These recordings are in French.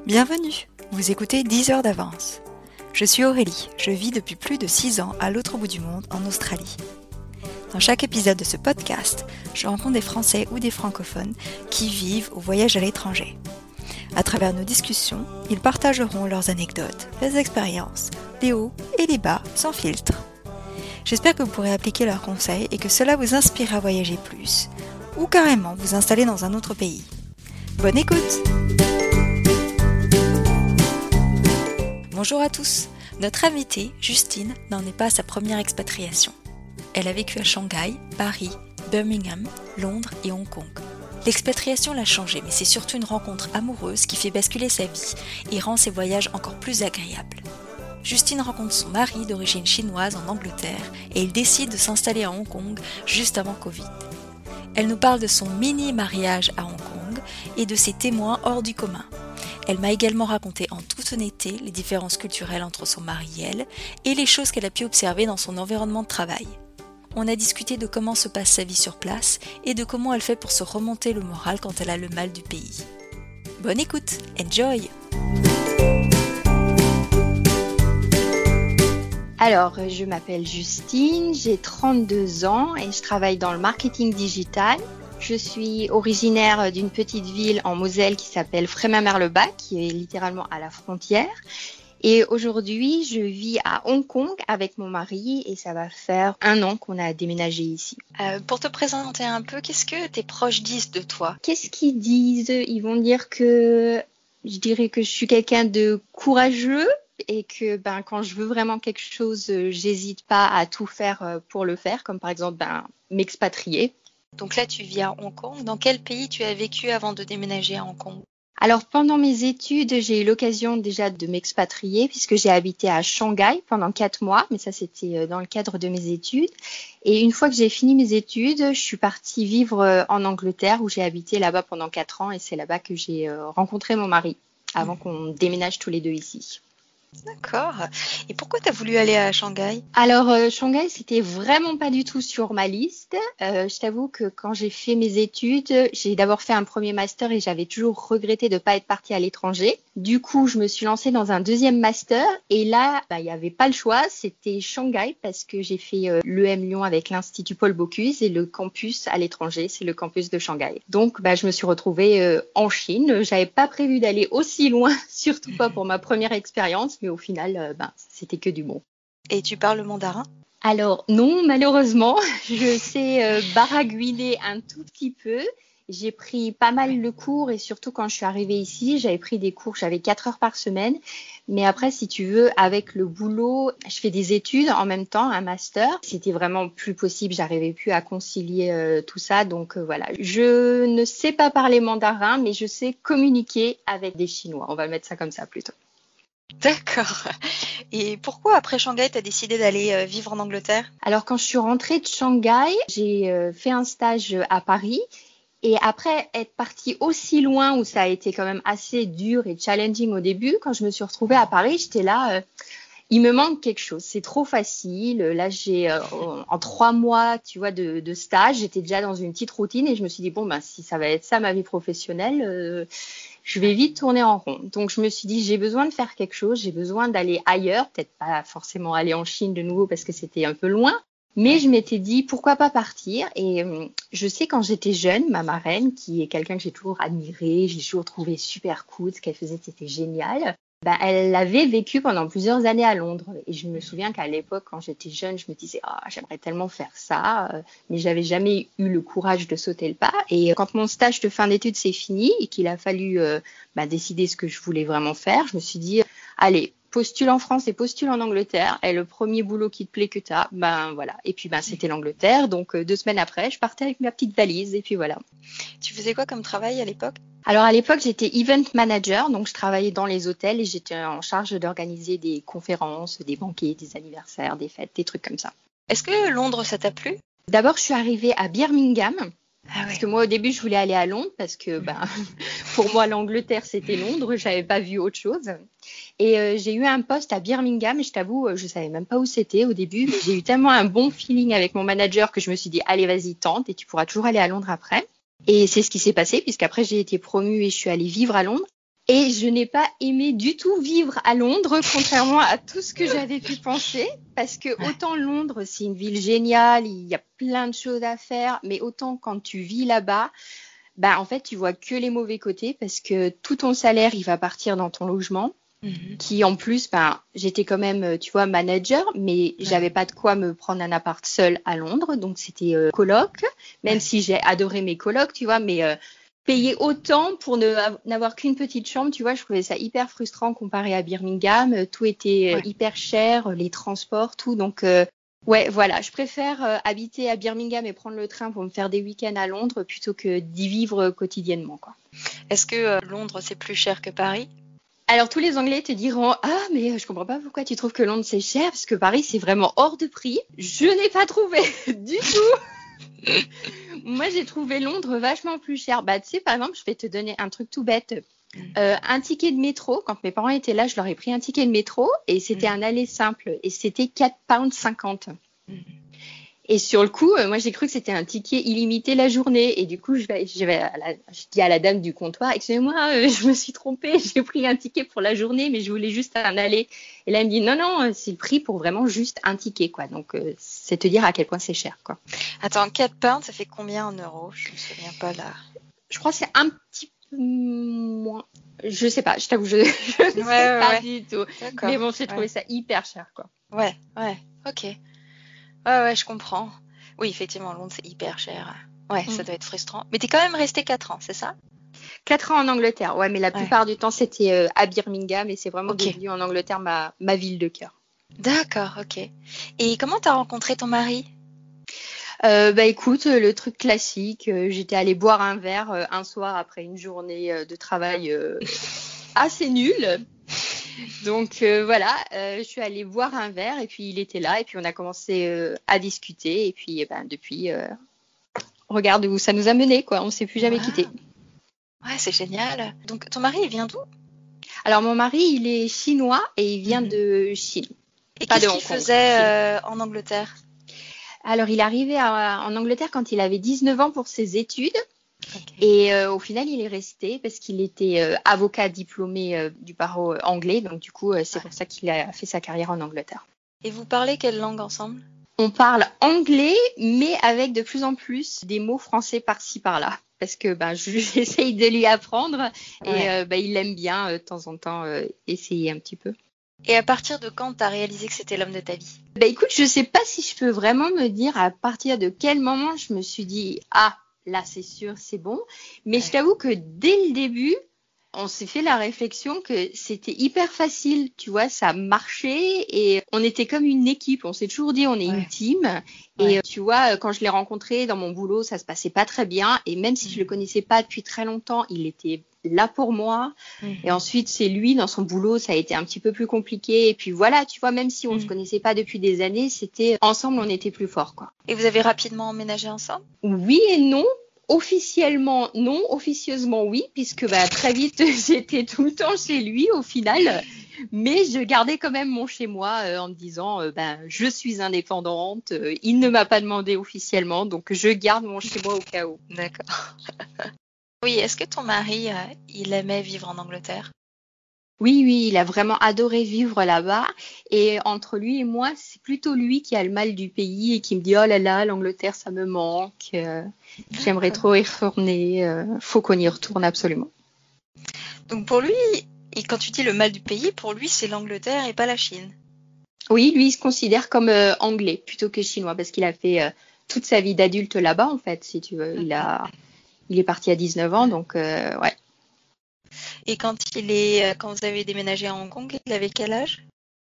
Bienvenue, vous écoutez 10 heures d'avance. Je suis Aurélie, je vis depuis plus de 6 ans à l'autre bout du monde, en Australie. Dans chaque épisode de ce podcast, je rencontre des Français ou des francophones qui vivent ou voyagent à l'étranger. À travers nos discussions, ils partageront leurs anecdotes, leurs expériences, les hauts et les bas, sans filtre. J'espère que vous pourrez appliquer leurs conseils et que cela vous inspire à voyager plus, ou carrément vous installer dans un autre pays. Bonne écoute! Bonjour à tous. Notre invitée, Justine, n'en est pas à sa première expatriation. Elle a vécu à Shanghai, Paris, Birmingham, Londres et Hong Kong. L'expatriation l'a changée, mais c'est surtout une rencontre amoureuse qui fait basculer sa vie et rend ses voyages encore plus agréables. Justine rencontre son mari d'origine chinoise en Angleterre et ils décident de s'installer à Hong Kong juste avant Covid. Elle nous parle de son mini-mariage à Hong Kong et de ses témoins hors du commun. Elle m'a également raconté en toute honnêteté les différences culturelles entre son mari et elle, et les choses qu'elle a pu observer dans son environnement de travail. On a discuté de comment se passe sa vie sur place, et de comment elle fait pour se remonter le moral quand elle a le mal du pays. Bonne écoute, enjoy! Alors, je m'appelle Justine, j'ai 32 ans et je travaille dans le marketing digital. Je suis originaire d'une petite ville en Moselle qui s'appelle Frémin-Merlebach, qui est littéralement à la frontière. Et aujourd'hui, je vis à Hong Kong avec mon mari et ça va faire 1 an qu'on a déménagé ici. Pour te présenter un peu, qu'est-ce que tes proches disent de toi? Qu'est-ce qu'ils disent? Ils vont dire que je dirais que je suis quelqu'un de courageux et que quand je veux vraiment quelque chose, j'hésite pas à tout faire pour le faire, comme par exemple m'expatrier. Donc là, tu vis à Hong Kong. Dans quel pays tu as vécu avant de déménager à Hong Kong? Alors, pendant mes études, j'ai eu l'occasion déjà de m'expatrier puisque j'ai habité à Shanghai pendant 4 mois, mais ça, c'était dans le cadre de mes études. Et une fois que j'ai fini mes études, je suis partie vivre en Angleterre où j'ai habité là-bas pendant 4 ans et c'est là-bas que j'ai rencontré mon mari avant qu'on déménage tous les deux ici. D'accord. Et pourquoi tu as voulu aller à Shanghai? Alors, Shanghai, c'était vraiment pas du tout sur ma liste. Je t'avoue que quand j'ai fait mes études, j'ai d'abord fait un premier master et j'avais toujours regretté de ne pas être partie à l'étranger. Du coup, je me suis lancée dans un deuxième master et là, il n'y avait pas le choix, c'était Shanghai parce que j'ai fait l'EM Lyon avec l'Institut Paul Bocuse et le campus à l'étranger, c'est le campus de Shanghai. Donc, je me suis retrouvée en Chine. J'avais pas prévu d'aller aussi loin, surtout pas pour ma première expérience. Mais au final, c'était que du bon. Et tu parles le mandarin? Alors non, malheureusement, je sais baragouiner un tout petit peu. J'ai pris pas mal de cours et surtout quand je suis arrivée ici, j'avais pris des cours, j'avais 4 heures par semaine. Mais après, si tu veux, avec le boulot, je fais des études en même temps, un master. C'était vraiment plus possible, j'arrivais plus à concilier tout ça. Donc voilà, je ne sais pas parler mandarin, mais je sais communiquer avec des Chinois. On va mettre ça comme ça plutôt. D'accord. Et pourquoi après Shanghai, tu as décidé d'aller vivre en Angleterre? Alors quand je suis rentrée de Shanghai, j'ai fait un stage à Paris. Et après être partie aussi loin où ça a été quand même assez dur et challenging au début, quand je me suis retrouvée à Paris, j'étais là, il me manque quelque chose, c'est trop facile. Là, j'ai en 3 mois, tu vois, de stage, j'étais déjà dans une petite routine et je me suis dit, si ça va être ça ma vie professionnelle, je vais vite tourner en rond. Donc, je me suis dit, j'ai besoin de faire quelque chose, j'ai besoin d'aller ailleurs, peut-être pas forcément aller en Chine de nouveau parce que c'était un peu loin. Mais je m'étais dit, pourquoi pas partir? Et je sais quand j'étais jeune, ma marraine, qui est quelqu'un que j'ai toujours admiré, j'ai toujours trouvé super cool, ce qu'elle faisait, c'était génial. Elle avait vécu pendant plusieurs années à Londres. Et je me souviens qu'à l'époque, quand j'étais jeune, je me disais, j'aimerais tellement faire ça. Mais j'avais jamais eu le courage de sauter le pas. Et quand mon stage de fin d'études s'est fini et qu'il a fallu décider ce que je voulais vraiment faire, je me suis dit, allez, postule en France et postule en Angleterre. Et le premier boulot qui te plaît que t'as, voilà. Et puis c'était l'Angleterre. Donc 2 semaines après, je partais avec ma petite valise et puis voilà. Tu faisais quoi comme travail à l'époque? Alors à l'époque, j'étais event manager, donc je travaillais dans les hôtels et j'étais en charge d'organiser des conférences, des banquets, des anniversaires, des fêtes, des trucs comme ça. Est-ce que Londres, ça t'a plu? D'abord, je suis arrivée à Birmingham. Ah ouais. Parce que moi, au début, je voulais aller à Londres parce que pour moi, l'Angleterre, c'était Londres. Je n'avais pas vu autre chose. Et j'ai eu un poste à Birmingham et je t'avoue, je ne savais même pas où c'était au début. Mais j'ai eu tellement un bon feeling avec mon manager que je me suis dit, allez, vas-y, tente et tu pourras toujours aller à Londres après. Et c'est ce qui s'est passé puisqu'après, j'ai été promue et je suis allée vivre à Londres. Et je n'ai pas aimé du tout vivre à Londres, contrairement à tout ce que j'avais pu penser. Parce que autant Londres, c'est une ville géniale, il y a plein de choses à faire, mais autant quand tu vis là-bas, en fait, tu vois que les mauvais côtés parce que tout ton salaire, il va partir dans ton logement. Qui en plus, j'étais quand même, tu vois, manager, mais j'avais pas de quoi me prendre un appart seul à Londres, donc c'était coloc, même si j'ai adoré mes colocs, tu vois, mais payer autant pour n'avoir qu'une petite chambre, tu vois, je trouvais ça hyper frustrant comparé à Birmingham, tout était hyper cher, les transports, tout, donc ouais, voilà, je préfère habiter à Birmingham et prendre le train pour me faire des week-ends à Londres plutôt que d'y vivre quotidiennement, quoi. Est-ce que Londres, c'est plus cher que Paris ? Alors, tous les Anglais te diront « Ah, mais je comprends pas pourquoi tu trouves que Londres, c'est cher, parce que Paris, c'est vraiment hors de prix. » Je n'ai pas trouvé du tout. Moi, j'ai trouvé Londres vachement plus cher. Tu sais, par exemple, je vais te donner un truc tout bête. Un ticket de métro, quand mes parents étaient là, je leur ai pris un ticket de métro et c'était un aller simple et c'était 4,50 £. Et sur le coup, moi, j'ai cru que c'était un ticket illimité la journée. Et du coup, je dis à la dame du comptoir, excusez-moi, je me suis trompée, j'ai pris un ticket pour la journée, mais je voulais juste un aller. Et là, elle me dit, non, c'est le prix pour vraiment juste un ticket, quoi. Donc, c'est te dire à quel point c'est cher, quoi. Attends, 4 pounds, ça fait combien en euros ? Je me souviens pas là. Je crois que c'est un petit peu moins. Je sais pas, je t'avoue, je sais pas du tout. D'accord. Mais bon, j'ai trouvé ça hyper cher, quoi. Ouais, ok. Ouais, je comprends. Oui, effectivement, Londres, c'est hyper cher. Ouais, ça doit être frustrant. Mais t'es quand même resté 4 ans, c'est ça ? 4 ans en Angleterre, ouais, mais la plupart du temps, c'était à Birmingham et c'est vraiment devenu en Angleterre ma ville de cœur. D'accord, ok. Et comment t'as rencontré ton mari ? Écoute, le truc classique, j'étais allée boire un verre un soir après une journée de travail assez nulle. Donc voilà, je suis allée boire un verre et puis il était là et puis on a commencé à discuter et puis depuis, regarde où ça nous a menés, quoi. On ne s'est plus jamais quittés. Ouais, c'est génial. Donc ton mari, il vient d'où ? Alors mon mari, il est chinois et il vient de Chine. Et qu'est-ce qu'il faisait en Angleterre ? Alors il est arrivé en Angleterre quand il avait 19 ans pour ses études. Et au final, il est resté parce qu'il était avocat diplômé du barreau anglais. Donc, du coup, c'est pour ça qu'il a fait sa carrière en Angleterre. Et vous parlez quelle langue ensemble ? On parle anglais, mais avec de plus en plus des mots français par-ci, par-là. Parce que j'essaye de lui apprendre et il aime bien de temps en temps essayer un petit peu. Et à partir de quand tu as réalisé que c'était l'homme de ta vie ? Écoute, je ne sais pas si je peux vraiment me dire à partir de quel moment je me suis dit « Ah !» Là, c'est sûr, c'est bon. Mais je t'avoue que dès le début, on s'est fait la réflexion que c'était hyper facile, tu vois, ça marchait et on était comme une équipe. On s'est toujours dit, on est une team. Et tu vois, quand je l'ai rencontré dans mon boulot, ça se passait pas très bien. Et même si je le connaissais pas depuis très longtemps, il était là pour moi. Et ensuite, c'est lui, dans son boulot, ça a été un petit peu plus compliqué. Et puis voilà, tu vois, même si on se connaissait pas depuis des années, c'était ensemble, on était plus forts, quoi. Et vous avez rapidement emménagé ensemble ? Oui et non. Officiellement, non. Officieusement, oui, puisque très vite, j'étais tout le temps chez lui au final. Mais je gardais quand même mon chez-moi en me disant, je suis indépendante. Il ne m'a pas demandé officiellement, donc je garde mon chez-moi au cas où. D'accord. Oui, est-ce que ton mari, il aimait vivre en Angleterre ? Oui, il a vraiment adoré vivre là-bas. Et entre lui et moi, c'est plutôt lui qui a le mal du pays et qui me dit « Oh là là, l'Angleterre, ça me manque. J'aimerais trop y retourner. Faut qu'on y retourne absolument. » Donc pour lui, et quand tu dis le mal du pays, pour lui, c'est l'Angleterre et pas la Chine. Oui, lui, il se considère comme anglais plutôt que chinois parce qu'il a fait toute sa vie d'adulte là-bas, en fait, si tu veux. Il est parti à 19 ans, donc ouais. Et quand vous avez déménagé à Hong Kong, il avait quel âge ?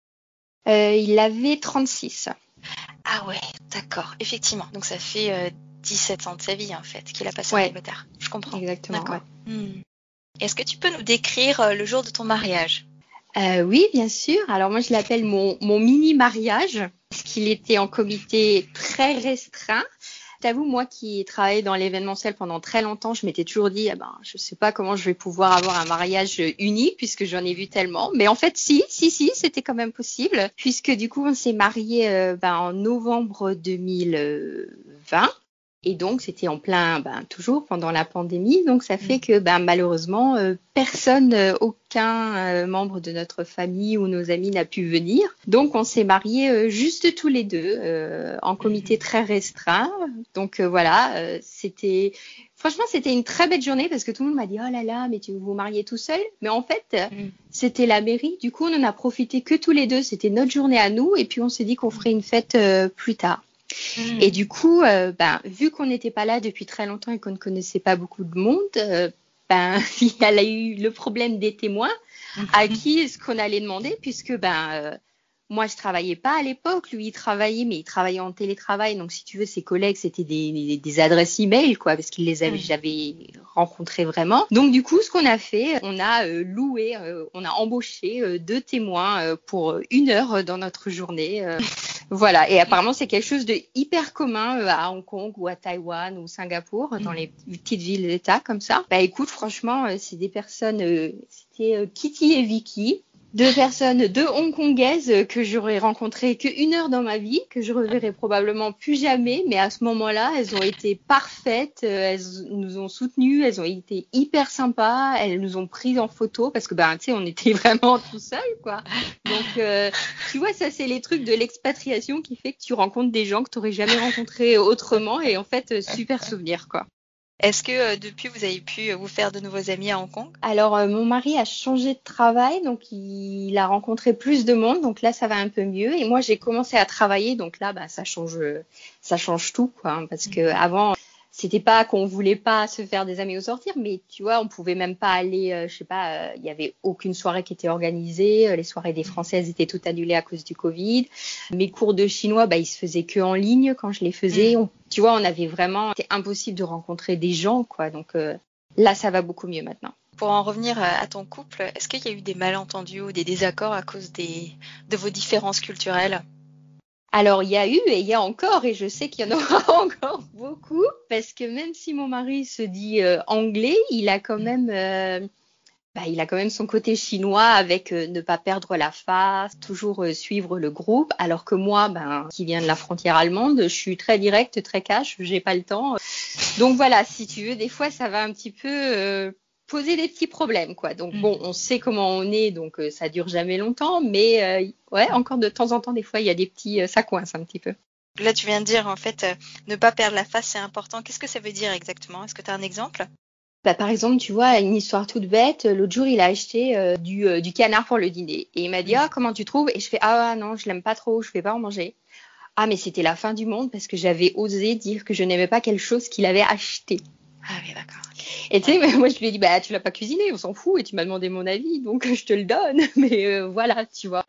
Il avait 36. Ah ouais, d'accord, effectivement. Donc ça fait 17 ans de sa vie, en fait, qu'il a passé en Angleterre. Je comprends. Exactement. D'accord. Est-ce que tu peux nous décrire le jour de ton mariage ? Oui, bien sûr. Alors moi, je l'appelle mon mini-mariage parce qu'il était en comité très restreint. T'avoue, moi qui ai travaillé dans l'événementiel pendant très longtemps, je m'étais toujours dit, je sais pas comment je vais pouvoir avoir un mariage unique puisque j'en ai vu tellement. Mais en fait, si, c'était quand même possible puisque du coup, on s'est mariés en novembre 2020. Et donc, c'était en plein, toujours pendant la pandémie. Donc, ça fait que, malheureusement, personne, aucun membre de notre famille ou nos amis n'a pu venir. Donc, on s'est mariés juste tous les deux, en comité très restreint. Donc, franchement, c'était une très belle journée parce que tout le monde m'a dit, oh là là, mais tu vous mariez tout seul. Mais en fait, c'était la mairie. Du coup, on en a profité que tous les deux. C'était notre journée à nous. Et puis, on s'est dit qu'on ferait une fête plus tard. Et du coup, vu qu'on n'était pas là depuis très longtemps et qu'on ne connaissait pas beaucoup de monde, il y a eu le problème des témoins à qui est-ce qu'on allait demander, puisque moi, je travaillais pas à l'époque. Lui, il travaillait, mais il travaillait en télétravail. Donc, si tu veux, ses collègues, c'était des adresses email, quoi, parce qu'il les avait jamais rencontrés vraiment. Donc, du coup, ce qu'on a fait, on a on a embauché 2 témoins pour 1 heure dans notre journée. Voilà. Et apparemment, c'est quelque chose de hyper commun à Hong Kong ou à Taïwan ou Singapour, dans les petites villes d'État comme ça. Écoute, franchement, c'est des personnes, c'était Kitty et Vicky. 2 personnes, 2 hongkongaises que j'aurais rencontrées qu'1 heure dans ma vie, que je reverrai probablement plus jamais, mais à ce moment-là, elles ont été parfaites, elles nous ont soutenues, elles ont été hyper sympas, elles nous ont prises en photo parce que, tu sais, on était vraiment tout seuls, quoi. Donc, tu vois, ça, c'est les trucs de l'expatriation qui fait que tu rencontres des gens que tu n'aurais jamais rencontrés autrement et en fait, super souvenir, quoi. Est-ce que depuis, vous avez pu vous faire de nouveaux amis à Hong Kong? Alors, mon mari a changé de travail, donc il a rencontré plus de monde, donc là, ça va un peu mieux. Et moi, j'ai commencé à travailler, donc là, ça change tout, quoi, hein, parce que avant, c'était pas qu'on voulait pas se faire des amis au sortir, mais tu vois, on pouvait même pas aller, je sais pas, il y avait aucune soirée qui était organisée, les soirées des Françaises étaient toutes annulées à cause du Covid. Mes cours de chinois, ils se faisaient que en ligne quand je les faisais. Tu vois, on avait vraiment, c'était impossible de rencontrer des gens, quoi. Donc là, ça va beaucoup mieux maintenant. Pour en revenir à ton couple, est-ce qu'il y a eu des malentendus ou des désaccords à cause de vos différences culturelles? Alors, il y a eu et il y a encore, et je sais qu'il y en aura encore beaucoup, parce que même si mon mari se dit anglais, il a quand même son côté chinois avec ne pas perdre la face, toujours suivre le groupe, alors que moi, qui viens de la frontière allemande, je suis très directe, très cash, j'ai pas le temps. Donc voilà, si tu veux, des fois, ça va un petit peu poser des petits problèmes, quoi. Donc bon, on sait comment on est, donc ça dure jamais longtemps, mais encore de temps en temps, des fois, il y a des petits, ça coince un petit peu. Là, tu viens de dire, en fait, ne pas perdre la face, c'est important. Qu'est-ce que ça veut dire exactement? Est-ce que tu as un exemple? Par exemple, tu vois, une histoire toute bête, l'autre jour, il a acheté du canard pour le dîner. Et il m'a dit, comment tu trouves? Et je fais, non, je l'aime pas trop, je vais pas en manger. Ah, mais c'était la fin du monde parce que j'avais osé dire que je n'aimais pas quelque chose qu'il avait acheté. Ah oui, d'accord. Et tu sais, moi, je lui ai dit, tu l'as pas cuisiné, on s'en fout, et tu m'as demandé mon avis, donc je te le donne. Mais voilà, tu vois,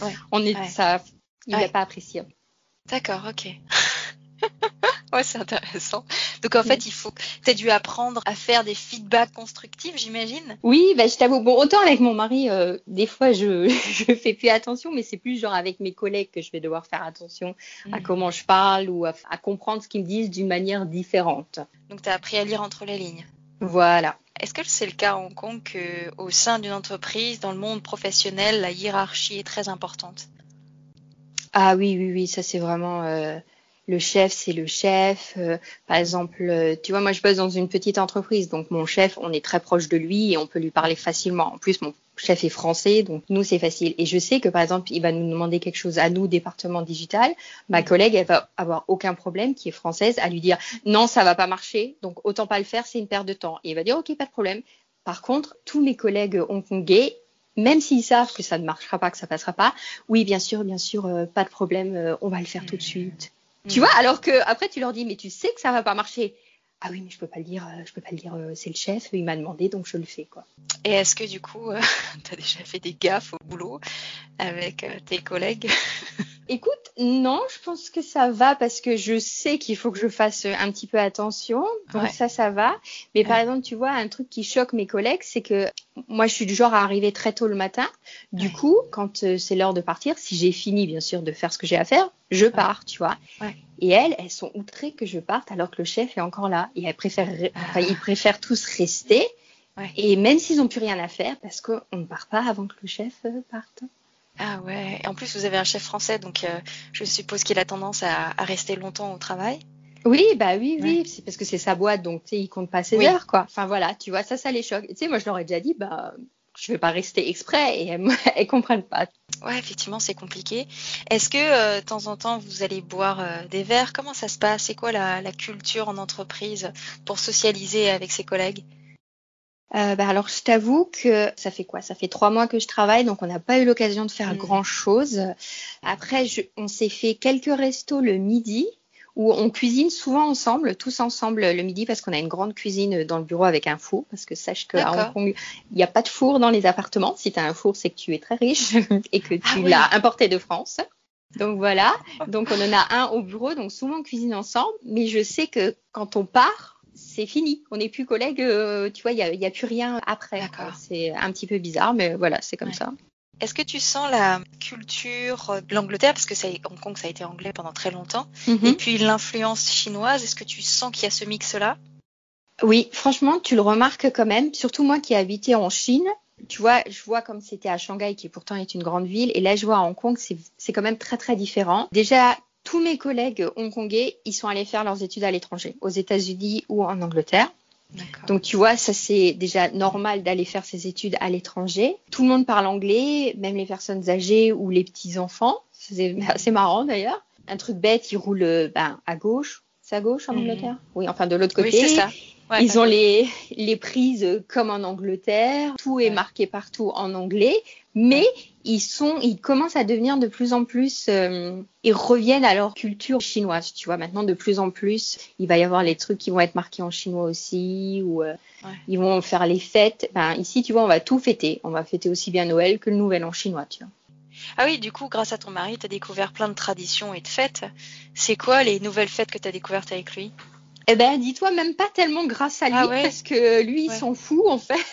il n'a pas apprécié. D'accord, ok. Ouais, c'est intéressant. Donc, en fait, tu as dû apprendre à faire des feedbacks constructifs, j'imagine? Oui, je t'avoue. Bon, autant avec mon mari, des fois, je fais plus attention, mais c'est plus genre avec mes collègues que je vais devoir faire attention à comment je parle ou à comprendre ce qu'ils me disent d'une manière différente. Donc, tu as appris à lire entre les lignes. Voilà. Est-ce que c'est le cas à Hong Kong qu'au sein d'une entreprise, dans le monde professionnel, la hiérarchie est très importante? Ah oui, ça c'est vraiment... Le chef, c'est le chef. Par exemple, tu vois, moi, je bosse dans une petite entreprise. Donc, mon chef, on est très proche de lui et on peut lui parler facilement. En plus, mon chef est français, donc nous, c'est facile. Et je sais que, par exemple, il va nous demander quelque chose à nous, département digital. Ma collègue, elle va avoir aucun problème, qui est française, à lui dire « Non, ça va pas marcher, donc autant pas le faire, c'est une perte de temps. » Et il va dire « Ok, pas de problème. » Par contre, tous mes collègues hongkongais, même s'ils savent que ça ne marchera pas, que ça passera pas, oui, bien sûr, pas de problème, on va le faire tout de suite. Tu vois, alors que après tu leur dis mais tu sais que ça va pas marcher. Ah oui, mais je peux pas le dire, c'est le chef, il m'a demandé donc je le fais, quoi. Et est-ce que du coup tu as déjà fait des gaffes au boulot avec tes collègues? Écoute, non, je pense que ça va parce que je sais qu'il faut que je fasse un petit peu attention. Donc ça va. Mais par exemple, tu vois, un truc qui choque mes collègues, c'est que moi, je suis du genre à arriver très tôt le matin. Du coup, quand c'est l'heure de partir, si j'ai fini, bien sûr, de faire ce que j'ai à faire, je pars, tu vois. Et elles sont outrées que je parte alors que le chef est encore là. Et ils préfèrent tous rester. Et même s'ils n'ont plus rien à faire, parce qu'on ne part pas avant que le chef parte. Ah ouais, et en plus vous avez un chef français, donc je suppose qu'il a tendance à rester longtemps au travail. Oui, bah oui, c'est parce que c'est sa boîte, donc tu sais, il compte pas ses heures, quoi. Enfin voilà, tu vois, ça les choque. Tu sais, moi je leur ai déjà dit, bah je vais pas rester exprès et elles comprennent pas. Ouais, effectivement, c'est compliqué. Est-ce que de temps en temps vous allez boire des verres? Comment ça se passe? C'est quoi la culture en entreprise pour socialiser avec ses collègues? Bah alors je t'avoue que ça fait quoi? Ça fait 3 mois que je travaille, donc on n'a pas eu l'occasion de faire Hmm. grand-chose. Après, on s'est fait quelques restos le midi où on cuisine souvent ensemble, tous ensemble le midi, parce qu'on a une grande cuisine dans le bureau avec un four. Parce que sache qu'à Hong D'accord. Kong, il n'y a pas de four dans les appartements. Si tu as un four, c'est que tu es très riche et que Ah tu oui. l'as importé de France. Donc voilà, donc on en a un au bureau, donc souvent on cuisine ensemble, mais je sais que quand on part, c'est fini, on n'est plus collègues, tu vois, il y a plus rien après, quoi. D'accord. C'est un petit peu bizarre, mais voilà, c'est comme Ouais. ça. Est-ce que tu sens la culture de l'Angleterre, parce que Hong Kong, ça a été anglais pendant très longtemps, et Mhm. puis l'influence chinoise, est-ce que tu sens qu'il y a ce mix-là? Oui, franchement, tu le remarques quand même, surtout moi qui ai habité en Chine. Tu vois, je vois comme c'était à Shanghai, qui pourtant est une grande ville, et là je vois à Hong Kong, c'est quand même très très différent. Déjà, tous mes collègues hongkongais, ils sont allés faire leurs études à l'étranger, aux États-Unis ou en Angleterre. D'accord. Donc, tu vois, ça c'est déjà normal d'aller faire ses études à l'étranger. Tout le monde parle anglais, même les personnes âgées ou les petits-enfants. C'est assez marrant d'ailleurs. Un truc bête, ils roulent à gauche. C'est à gauche en Mhm. Angleterre? Oui, enfin de l'autre Oui, c'est côté. ça. Ouais, à Ils ont gauche. les prises comme en Angleterre. Tout est Ouais. marqué partout en anglais. Mais Ouais. ils commencent à devenir de plus en plus, ils reviennent à leur culture chinoise, tu vois. Maintenant, de plus en plus, il va y avoir les trucs qui vont être marqués en chinois aussi, ou Ouais. ils vont faire les fêtes. Ben, ici, tu vois, on va tout fêter. On va fêter aussi bien Noël que le Nouvel An chinois, tu vois. Ah oui, du coup, grâce à ton mari, tu as découvert plein de traditions et de fêtes. C'est quoi les nouvelles fêtes que tu as découvertes avec lui? Eh ben, dis-toi, même pas tellement grâce à Ah lui, ouais? parce que lui, il Ouais. s'en fout, en fait.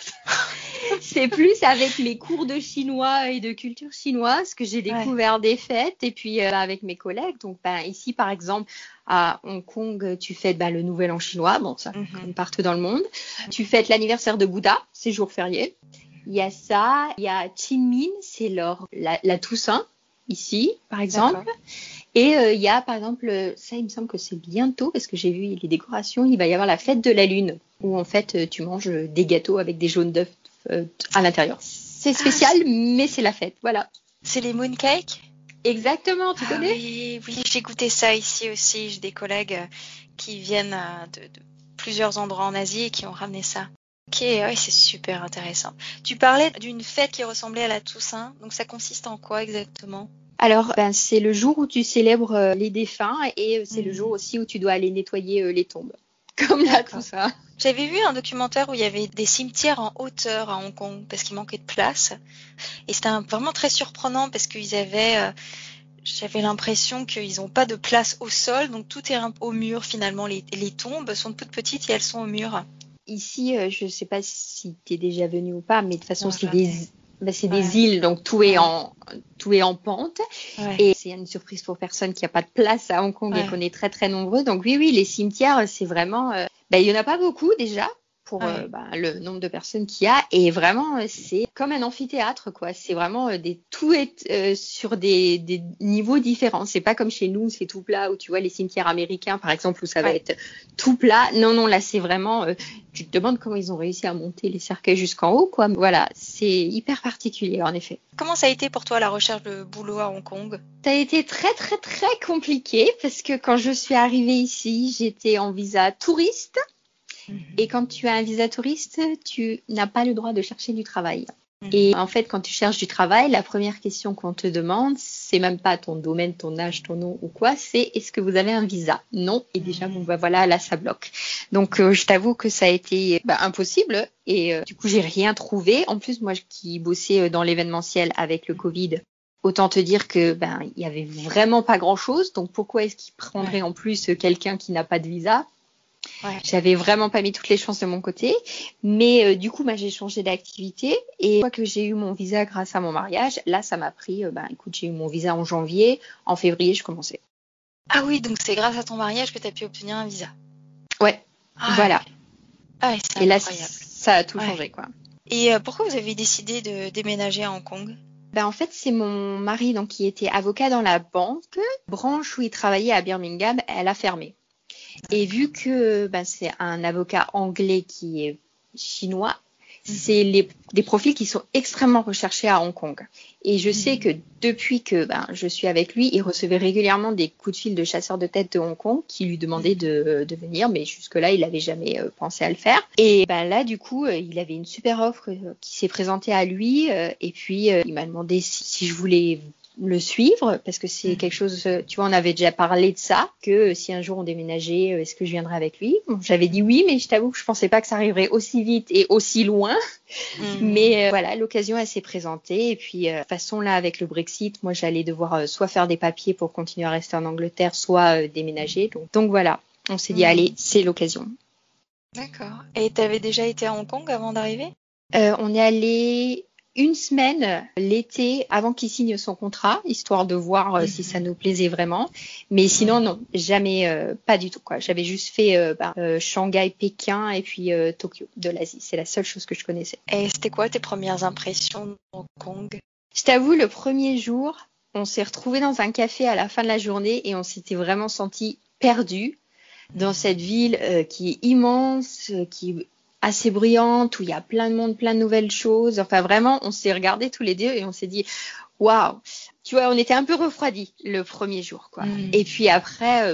C'est plus avec les cours de chinois et de culture chinoise que j'ai Ouais. découvert des fêtes et puis avec mes collègues. Donc ici par exemple à Hong Kong, tu fêtes le Nouvel An chinois, bon ça comme Mhm. partout dans le monde. Tu fêtes l'anniversaire de Bouddha, c'est jour férié. Il y a ça, il y a Qingming, c'est la Toussaint ici par exemple. D'accord. Et il y a par exemple, ça il me semble que c'est bientôt parce que j'ai vu les décorations, il va y avoir la fête de la lune où en fait tu manges des gâteaux avec des jaunes d'œufs à l'intérieur. C'est Ah, spécial, mais c'est la fête, voilà. c'est les mooncakes? Exactement, tu Ah connais? oui, oui, j'ai goûté ça ici aussi. J'ai des collègues qui viennent de plusieurs endroits en Asie et qui ont ramené ça. Ok, ouais, c'est super intéressant. Tu parlais d'une fête qui ressemblait à la Toussaint, donc ça consiste en quoi exactement? Alors, c'est le jour où tu célèbres les défunts et c'est le jour Mhm. aussi où tu dois aller nettoyer les tombes. Comme là, tout D'accord. ça. J'avais vu un documentaire où il y avait des cimetières en hauteur à Hong Kong parce qu'il manquait de place. Et c'était vraiment très surprenant parce qu'ils avaient, j'avais l'impression qu'ils n'ont pas de place au sol, donc tout est au mur finalement. Les tombes sont toutes petites et elles sont au mur. Ici, je ne sais pas si tu es déjà venu ou pas, mais de toute façon, Non, jamais. c'est des Ouais, îles, donc ouais, tout est en pente. ouais, Et c'est une surprise pour personne qu'il n'y a pas de place à Hong Kong et ouais, qu'on est très très nombreux. Donc oui, les cimetières, c'est vraiment, il y en a pas beaucoup déjà pour ouais. le nombre de personnes qu'il y a. Et vraiment, c'est comme un amphithéâtre, quoi. C'est vraiment tout est sur des niveaux différents. C'est pas comme chez nous, c'est tout plat, où tu vois les cimetières américains, par exemple, où ça va Ouais. être tout plat. Non, non, là, c'est vraiment, tu te demandes comment ils ont réussi à monter les cercueils jusqu'en haut, quoi. Voilà, c'est hyper particulier, en effet. Comment ça a été pour toi la recherche de boulot à Hong Kong? Ça a été très très très compliqué parce que quand je suis arrivée ici, j'étais en visa touriste et Mhm. quand tu as un visa touriste, tu n'as pas le droit de chercher du travail. Mhm. Et en fait, quand tu cherches du travail, la première question qu'on te demande, c'est même pas ton domaine, ton âge, ton nom ou quoi, c'est est-ce que vous avez un visa? Non. Et déjà, bon, Mhm. voilà, là, ça bloque. Donc, je t'avoue que ça a été impossible et du coup, j'ai rien trouvé. En plus, moi qui bossais dans l'événementiel avec le Covid, autant te dire que il y avait vraiment pas grand-chose. Donc, pourquoi est-ce qu'ils Ouais, prendraient en plus quelqu'un qui n'a pas de visa? ouais. J'avais vraiment pas mis toutes les chances de mon côté, mais du coup, j'ai changé d'activité et une fois que j'ai eu mon visa grâce à mon mariage, là, ça m'a pris. Écoute, j'ai eu mon visa en janvier, en février, je commençais. Ah oui, donc c'est grâce à ton mariage que tu as pu obtenir un visa. Ouais, Ah voilà. ouais, ah ouais, c'est Et là, incroyable. ça a tout Ouais. changé, quoi. Et pourquoi vous avez décidé de déménager à Hong Kong? En fait, c'est mon mari donc qui était avocat dans la banque, branche où il travaillait à Birmingham, elle a fermé. Et vu que c'est un avocat anglais qui est chinois, c'est des profils qui sont extrêmement recherchés à Hong Kong. Et je sais que depuis que je suis avec lui, il recevait régulièrement des coups de fil de chasseurs de tête de Hong Kong qui lui demandaient de venir, mais jusque-là, il n'avait jamais pensé à le faire. Et là, du coup, il avait une super offre qui s'est présentée à lui. Et puis, il m'a demandé si je voulais le suivre, parce que c'est quelque chose, tu vois, on avait déjà parlé de ça, que si un jour on déménageait, est-ce que je viendrais avec lui? Bon, j'avais dit oui, mais je t'avoue que je pensais pas que ça arriverait aussi vite et aussi loin. Mais voilà, l'occasion, elle s'est présentée. Et puis, de toute façon, là, avec le Brexit, moi, j'allais devoir soit faire des papiers pour continuer à rester en Angleterre, soit déménager. Donc voilà, on s'est dit, allez, c'est l'occasion. D'accord. Et tu avais déjà été à Hong Kong avant d'arriver? On est allé une semaine l'été avant qu'il signe son contrat, histoire de voir si ça nous plaisait vraiment. Mais sinon, non, jamais, pas du tout, quoi. J'avais juste fait Shanghai, Pékin et puis Tokyo de l'Asie. C'est la seule chose que je connaissais. Et c'était quoi tes premières impressions de Hong Kong? Je t'avoue, le premier jour, on s'est retrouvés dans un café à la fin de la journée et on s'était vraiment sentis perdus dans cette ville qui est immense, qui est assez bruyante, où il y a plein de monde, plein de nouvelles choses. Enfin, vraiment, on s'est regardés tous les deux et on s'est dit, waouh! Tu vois, on était un peu refroidis le premier jour, quoi. Et puis après,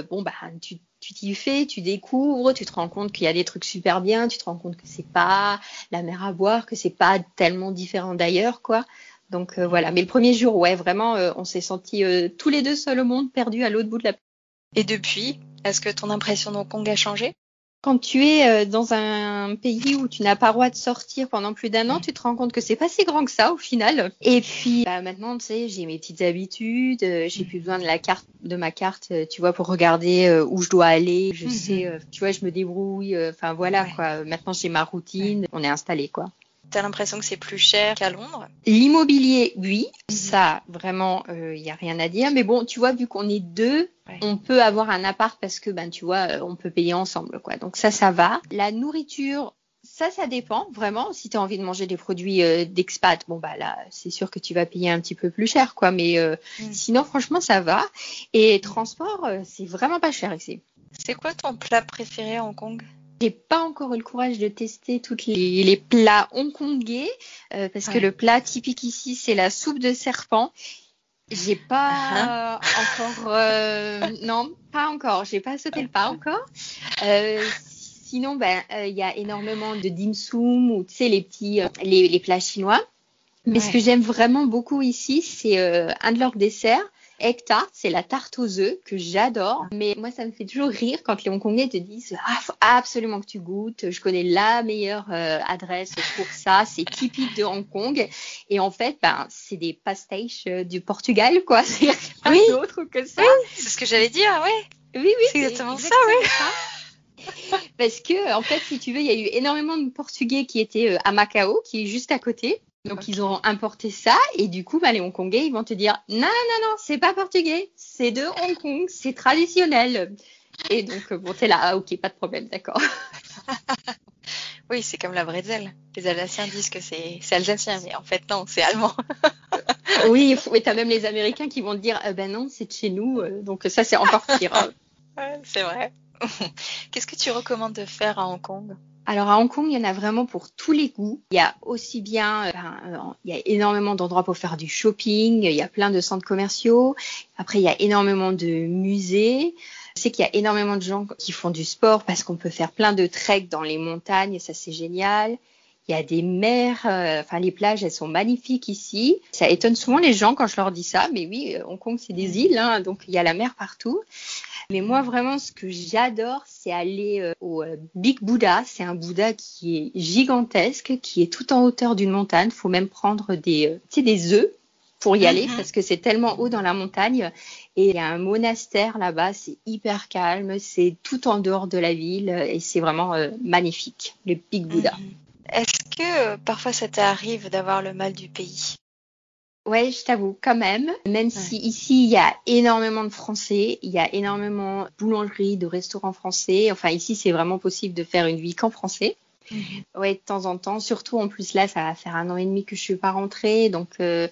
tu t'y fais, tu découvres, tu te rends compte qu'il y a des trucs super bien, tu te rends compte que c'est pas la mer à boire, que c'est pas tellement différent d'ailleurs, quoi. Donc voilà. Mais le premier jour, ouais, vraiment, on s'est sentis tous les deux seuls au monde, perdus à l'autre bout de la. Et depuis, est-ce que ton impression d'Hong Kong a changé? Quand tu es dans un pays où tu n'as pas le droit de sortir pendant plus d'un an, tu te rends compte que c'est pas si grand que ça au final. Et puis maintenant, tu sais, j'ai mes petites habitudes, j'ai plus besoin de ma carte, tu vois, pour regarder où je dois aller. Je sais, tu vois, je me débrouille. Enfin voilà, quoi. Maintenant, j'ai ma routine, on est installé, quoi. T'as l'impression que c'est plus cher qu'à Londres? L'immobilier, oui, ça, vraiment, il n'y a rien à dire. Mais bon, tu vois, vu qu'on est deux, on peut avoir un appart parce que, tu vois, on peut payer ensemble, quoi. Donc ça va. La nourriture, ça dépend, vraiment. Si tu as envie de manger des produits d'expat, là, c'est sûr que tu vas payer un petit peu plus cher, quoi. Mais sinon, franchement, ça va. Et transport, c'est vraiment pas cher ici. C'est quoi ton plat préféré à Hong Kong? J'ai pas encore eu le courage de tester toutes les plats hongkongais parce que le plat typique ici, c'est la soupe de serpent. J'ai pas encore... non, pas encore. J'ai pas sauté le pas encore. Sinon, il y a énormément de dim sum ou tu sais, les petits les plats chinois. Mais ce que j'aime vraiment beaucoup ici, c'est un de leurs desserts. Egg tart, c'est la tarte aux œufs que j'adore. Mais moi, ça me fait toujours rire quand les Hongkongais te disent « Ah, faut absolument que tu goûtes. Je connais la meilleure adresse pour ça. C'est typique de Hong Kong. » Et en fait, c'est des pastéis du Portugal, quoi. C'est rien d'autre que ça. Oui, c'est ce que j'allais dire, ouais. Oui, c'est exactement ça, oui. Parce que, en fait, si tu veux, il y a eu énormément de Portugais qui étaient à Macao, qui est juste à côté. Donc, ils ont importé ça. Et du coup, les Hongkongais, ils vont te dire « Non, c'est pas portugais. C'est de Hong Kong. C'est traditionnel. » Et donc, t'es là. « Ah, ok, pas de problème, d'accord. » Oui, c'est comme la bretzel. Les Alsaciens disent que c'est alsacien, mais en fait, non, c'est allemand. Oui, et t'as même les Américains qui vont te dire « non, c'est de chez nous. » Donc, ça, c'est encore pire. Ouais, c'est vrai. Qu'est-ce que tu recommandes de faire à Hong Kong? Alors à Hong Kong, il y en a vraiment pour tous les goûts. Il y a aussi bien, il y a énormément d'endroits pour faire du shopping, il y a plein de centres commerciaux. Après, il y a énormément de musées. Je sais qu'il y a énormément de gens qui font du sport parce qu'on peut faire plein de treks dans les montagnes et ça, c'est génial. Il y a des mers, les plages, elles sont magnifiques ici. Ça étonne souvent les gens quand je leur dis ça, mais oui, Hong Kong, c'est des îles, donc il y a la mer partout. Mais moi, vraiment, ce que j'adore, c'est aller au Big Buddha. C'est un Bouddha qui est gigantesque, qui est tout en hauteur d'une montagne. Il faut même prendre des œufs pour y aller parce que c'est tellement haut dans la montagne. Et il y a un monastère là-bas, c'est hyper calme, c'est tout en dehors de la ville et c'est vraiment magnifique, le Big Buddha. Est-ce que parfois ça t'arrive d'avoir le mal du pays? Ouais, je t'avoue, quand même. Même si ici, il y a énormément de Français, il y a énormément de boulangeries, de restaurants français. Enfin, ici, c'est vraiment possible de faire une vie qu'en français. Ouais, de temps en temps. Surtout, en plus, là, ça va faire 1 an et demi que je suis pas rentrée. Donc,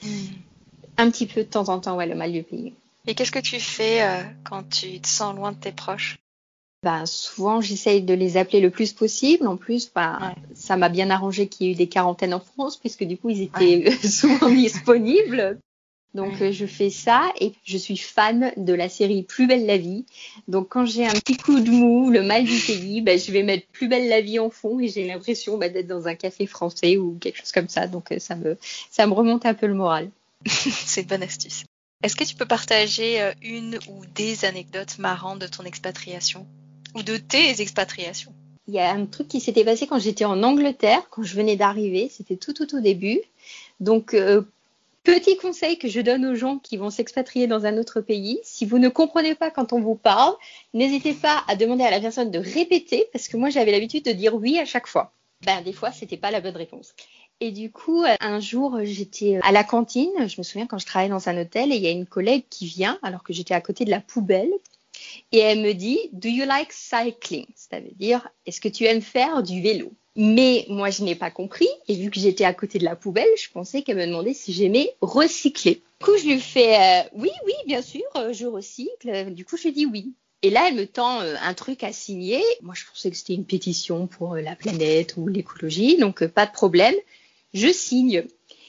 un petit peu de temps en temps, ouais, le mal du pays. Et qu'est-ce que tu fais quand tu te sens loin de tes proches? Souvent, j'essaye de les appeler le plus possible. En plus, ça m'a bien arrangé qu'il y ait eu des quarantaines en France, puisque du coup, ils étaient souvent disponibles. Donc, je fais ça et je suis fan de la série Plus belle la vie. Donc, quand j'ai un petit coup de mou, le mal du pays, je vais mettre Plus belle la vie en fond et j'ai l'impression d'être dans un café français ou quelque chose comme ça. Donc, ça me remonte un peu le moral. C'est une bonne astuce. Est-ce que tu peux partager une ou des anecdotes marrantes de ton expatriation ou de tes expatriations? Il y a un truc qui s'était passé quand j'étais en Angleterre, quand je venais d'arriver. C'était tout au début. Donc, petit conseil que je donne aux gens qui vont s'expatrier dans un autre pays, si vous ne comprenez pas quand on vous parle, n'hésitez pas à demander à la personne de répéter, parce que moi j'avais l'habitude de dire oui à chaque fois. Des fois, c'était pas la bonne réponse. Et du coup, un jour, j'étais à la cantine, je me souviens quand je travaillais dans un hôtel, et il y a une collègue qui vient, alors que j'étais à côté de la poubelle, et elle me dit « Do you like cycling ?» Ça veut dire « Est-ce que tu aimes faire du vélo ?» Mais moi, je n'ai pas compris. Et vu que j'étais à côté de la poubelle, je pensais qu'elle me demandait si j'aimais recycler. Du coup, je lui fais oui, bien sûr, je recycle. Du coup, je lui dis oui. Et là, elle me tend un truc à signer. Moi, je pensais que c'était une pétition pour la planète ou l'écologie. Donc, pas de problème. Je signe.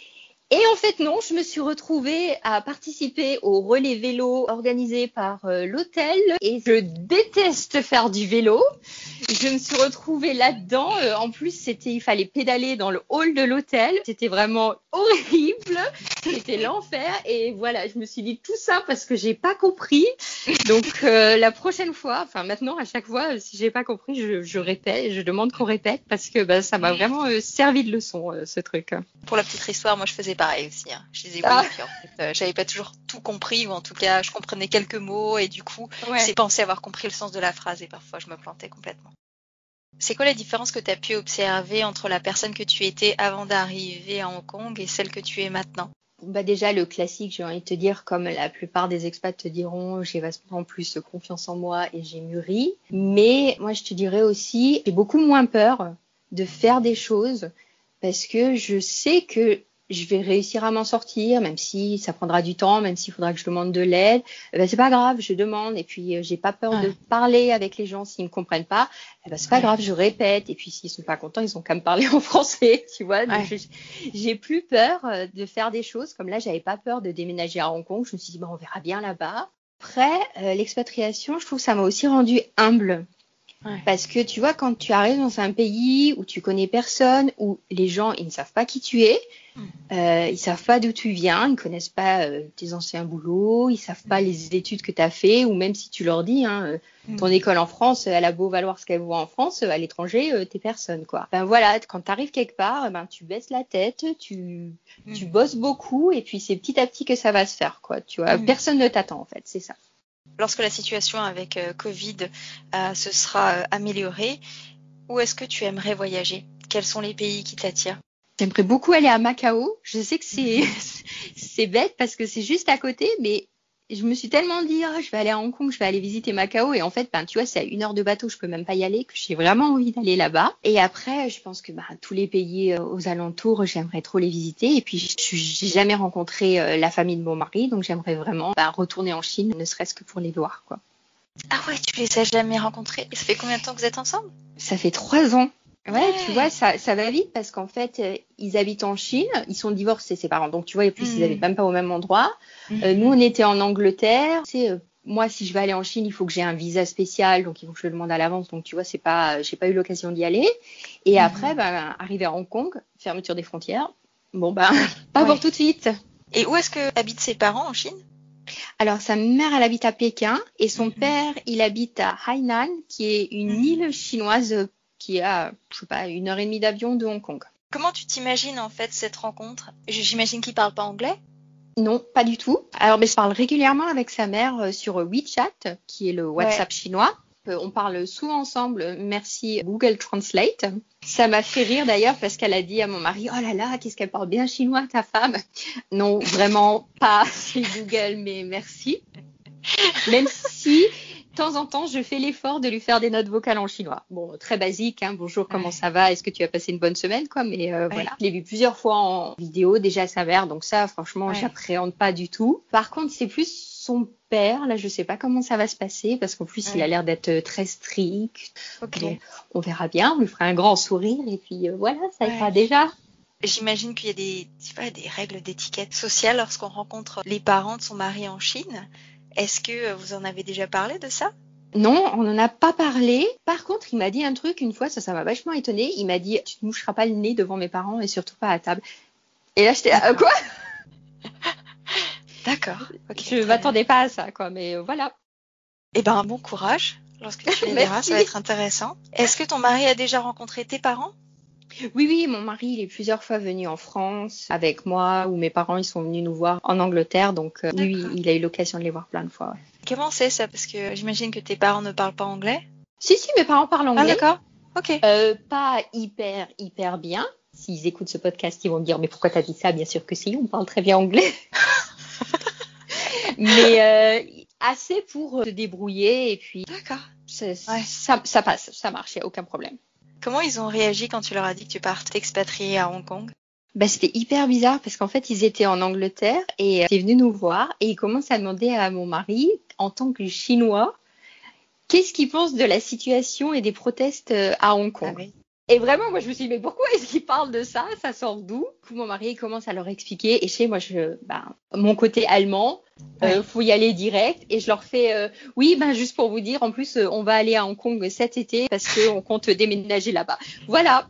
Et en fait, non, je me suis retrouvée à participer au relais vélo organisé par l'hôtel et je déteste faire du vélo. Je me suis retrouvée là-dedans. En plus, il fallait pédaler dans le hall de l'hôtel. C'était vraiment horrible. C'était l'enfer. Et voilà, je me suis dit tout ça parce que j'ai pas compris. Donc, la prochaine fois, maintenant, à chaque fois, si j'ai pas compris, je répète, je demande qu'on répète parce que ça m'a vraiment servi de leçon, ce truc. Pour la petite histoire, moi, je faisais pareil aussi. Je disais oui, puis en fait, j'avais pas toujours tout compris, ou en tout cas, je comprenais quelques mots, et du coup, j'ai pensé avoir compris le sens de la phrase, et parfois, je me plantais complètement. C'est quoi la différence que tu as pu observer entre la personne que tu étais avant d'arriver à Hong Kong et celle que tu es maintenant? Déjà, le classique, j'ai envie de te dire, comme la plupart des expats te diront, j'ai vachement plus confiance en moi et j'ai mûri. Mais moi, je te dirais aussi, j'ai beaucoup moins peur de faire des choses parce que je sais que je vais réussir à m'en sortir, même si ça prendra du temps, même s'il faudra que je demande de l'aide. C'est pas grave, je demande. Et puis, j'ai pas peur de parler avec les gens s'ils ne comprennent pas. C'est pas grave, je répète. Et puis, s'ils sont pas contents, ils ont qu'à me parler en français, tu vois. Donc, j'ai plus peur de faire des choses. Comme là, j'avais pas peur de déménager à Hong Kong. Je me suis dit, on verra bien là-bas. Après, l'expatriation, je trouve que ça m'a aussi rendue humble. Parce que tu vois, quand tu arrives dans un pays où tu connais personne, où les gens, ils ne savent pas qui tu es, ils savent pas d'où tu viens, ils connaissent pas tes anciens boulots, ils savent pas les études que tu as fait, ou même si tu leur dis, ton école en France, elle a beau valoir ce qu'elle vaut en France, à l'étranger, t'es personne, quoi. Voilà, quand tu arrives quelque part, tu baisses la tête, tu bosses beaucoup, et puis c'est petit à petit que ça va se faire, quoi. Tu vois, personne ne t'attend, en fait, c'est ça. Lorsque la situation avec Covid se sera améliorée, où est-ce que tu aimerais voyager? Quels sont les pays qui t'attirent? J'aimerais beaucoup aller à Macao. Je sais que c'est bête parce que c'est juste à côté, mais je me suis tellement dit, je vais aller à Hong Kong, je vais aller visiter Macao. Et en fait, tu vois, c'est à 1 heure de bateau, je peux même pas y aller, que j'ai vraiment envie d'aller là-bas. Et après, je pense que tous les pays aux alentours, j'aimerais trop les visiter. Et puis, j'ai jamais rencontré la famille de mon mari, donc j'aimerais vraiment retourner en Chine, ne serait-ce que pour les voir, quoi. Ah ouais, tu les as jamais rencontrés. Et ça fait combien de temps que vous êtes ensemble? Ça fait 3 ans. Ouais, tu vois, ça va vite parce qu'en fait, ils habitent en Chine, ils sont divorcés, ses parents. Donc, tu vois, et plus, ils habitent même pas au même endroit. Nous, on était en Angleterre. Moi, si je vais aller en Chine, il faut que j'ai un visa spécial, donc il faut que je le demande à l'avance. Donc, tu vois, j'ai pas eu l'occasion d'y aller. Et après, arriver à Hong Kong, fermeture des frontières. Pas pour tout de suite. Et où est-ce que habitent ses parents en Chine? Alors, sa mère, elle habite à Pékin et son père, il habite à Hainan, qui est une île chinoise qui est à, 1h30 d'avion de Hong Kong. Comment tu t'imagines en fait cette rencontre? J'imagine qu'il parle pas anglais? Non, pas du tout. Alors, je parle régulièrement avec sa mère sur WeChat, qui est le WhatsApp chinois. On parle souvent ensemble, merci Google Translate. Ça m'a fait rire d'ailleurs parce qu'elle a dit à mon mari, oh là là, qu'est-ce qu'elle parle bien chinois ta femme? Non, vraiment pas, c'est Google, mais merci. Même si, de temps en temps, je fais l'effort de lui faire des notes vocales en chinois. Bon, très basique, bonjour, comment ça va? Est-ce que tu as passé une bonne semaine, quoi? Mais voilà. Je l'ai vu plusieurs fois en vidéo, déjà sa mère, donc ça, franchement, j'appréhende pas du tout. Par contre, c'est plus son père, là, je sais pas comment ça va se passer parce qu'en plus, il a l'air d'être très strict. Ok. Donc, on verra bien, on lui fera un grand sourire et puis voilà, ça ira déjà. J'imagine qu'il y a des règles d'étiquette sociale lorsqu'on rencontre les parents de son mari en Chine. Est-ce que vous en avez déjà parlé de ça? Non, on n'en a pas parlé. Par contre, il m'a dit un truc une fois, ça m'a vachement étonnée. Il m'a dit, tu ne moucheras pas le nez devant mes parents et surtout pas à table. Et là, j'étais, quoi? D'accord. Ok, Je m'attendais pas à ça, quoi, mais voilà. Eh ben, bon courage. Lorsque tu les verras, ça va être intéressant. Est-ce que ton mari a déjà rencontré tes parents? Oui, mon mari, il est plusieurs fois venu en France avec moi, ou mes parents, ils sont venus nous voir en Angleterre, donc oui, il a eu l'occasion de les voir plein de fois. Ouais. Comment c'est ça? Parce que j'imagine que tes parents ne parlent pas anglais. Si, mes parents parlent anglais. Ah, d'accord. Ok. Pas hyper bien. S'ils écoutent ce podcast, ils vont me dire, mais pourquoi t'as dit ça? Bien sûr que si, on parle très bien anglais. Mais assez pour se débrouiller, et puis ça passe, ça marche, il n'y a aucun problème. Comment ils ont réagi quand tu leur as dit que tu partais t'expatrier à Hong Kong? C'était hyper bizarre parce qu'en fait, ils étaient en Angleterre et ils étaient venus nous voir et ils commencent à demander à mon mari, en tant que Chinois, qu'est-ce qu'il pense de la situation et des protestes à Hong Kong. Ah oui. Et vraiment, moi, je me suis dit, mais pourquoi est-ce qu'ils parlent de ça? Ça sort d'où? Du coup, mon mari commence à leur expliquer. Et chez moi, mon côté allemand, faut y aller direct. Et je leur fais, oui, juste pour vous dire, en plus, on va aller à Hong Kong cet été parce qu'on compte déménager là-bas. Voilà.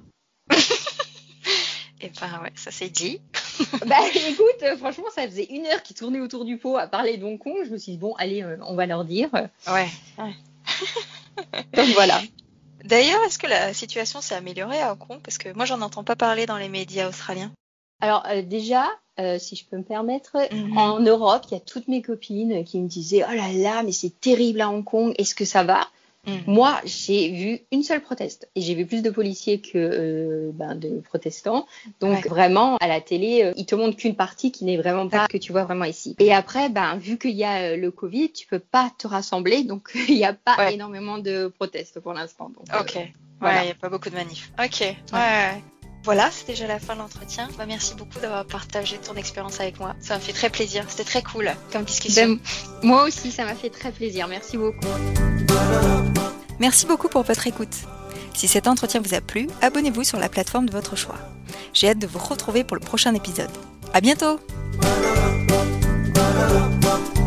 Et ça c'est dit. Écoute, franchement, ça faisait 1 heure qu'ils tournaient autour du pot à parler de Hong Kong. Je me suis dit, bon, allez, on va leur dire. Ouais. Donc voilà. D'ailleurs, est-ce que la situation s'est améliorée à Hong Kong? Parce que moi, j'en entends pas parler dans les médias australiens. Alors déjà, si je peux me permettre, en Europe, il y a toutes mes copines qui me disaient « Oh là là, mais c'est terrible à Hong Kong, est-ce que ça va ?» Moi, j'ai vu une seule proteste et j'ai vu plus de policiers que de protestants. Donc vraiment, à la télé, ils te montrent qu'une partie qui n'est vraiment pas que tu vois vraiment ici. Et après, vu qu'il y a le Covid, tu peux pas te rassembler, donc il n'y a pas énormément de protestes pour l'instant. Donc, ok. Voilà. Il n'y a pas beaucoup de manifs. Ok. Ouais. Voilà, c'est déjà la fin de l'entretien. Merci beaucoup d'avoir partagé ton expérience avec moi. Ça m'a fait très plaisir. C'était très cool comme discussion. Moi aussi, ça m'a fait très plaisir. Merci beaucoup. Merci beaucoup pour votre écoute. Si cet entretien vous a plu, abonnez-vous sur la plateforme de votre choix. J'ai hâte de vous retrouver pour le prochain épisode. À bientôt!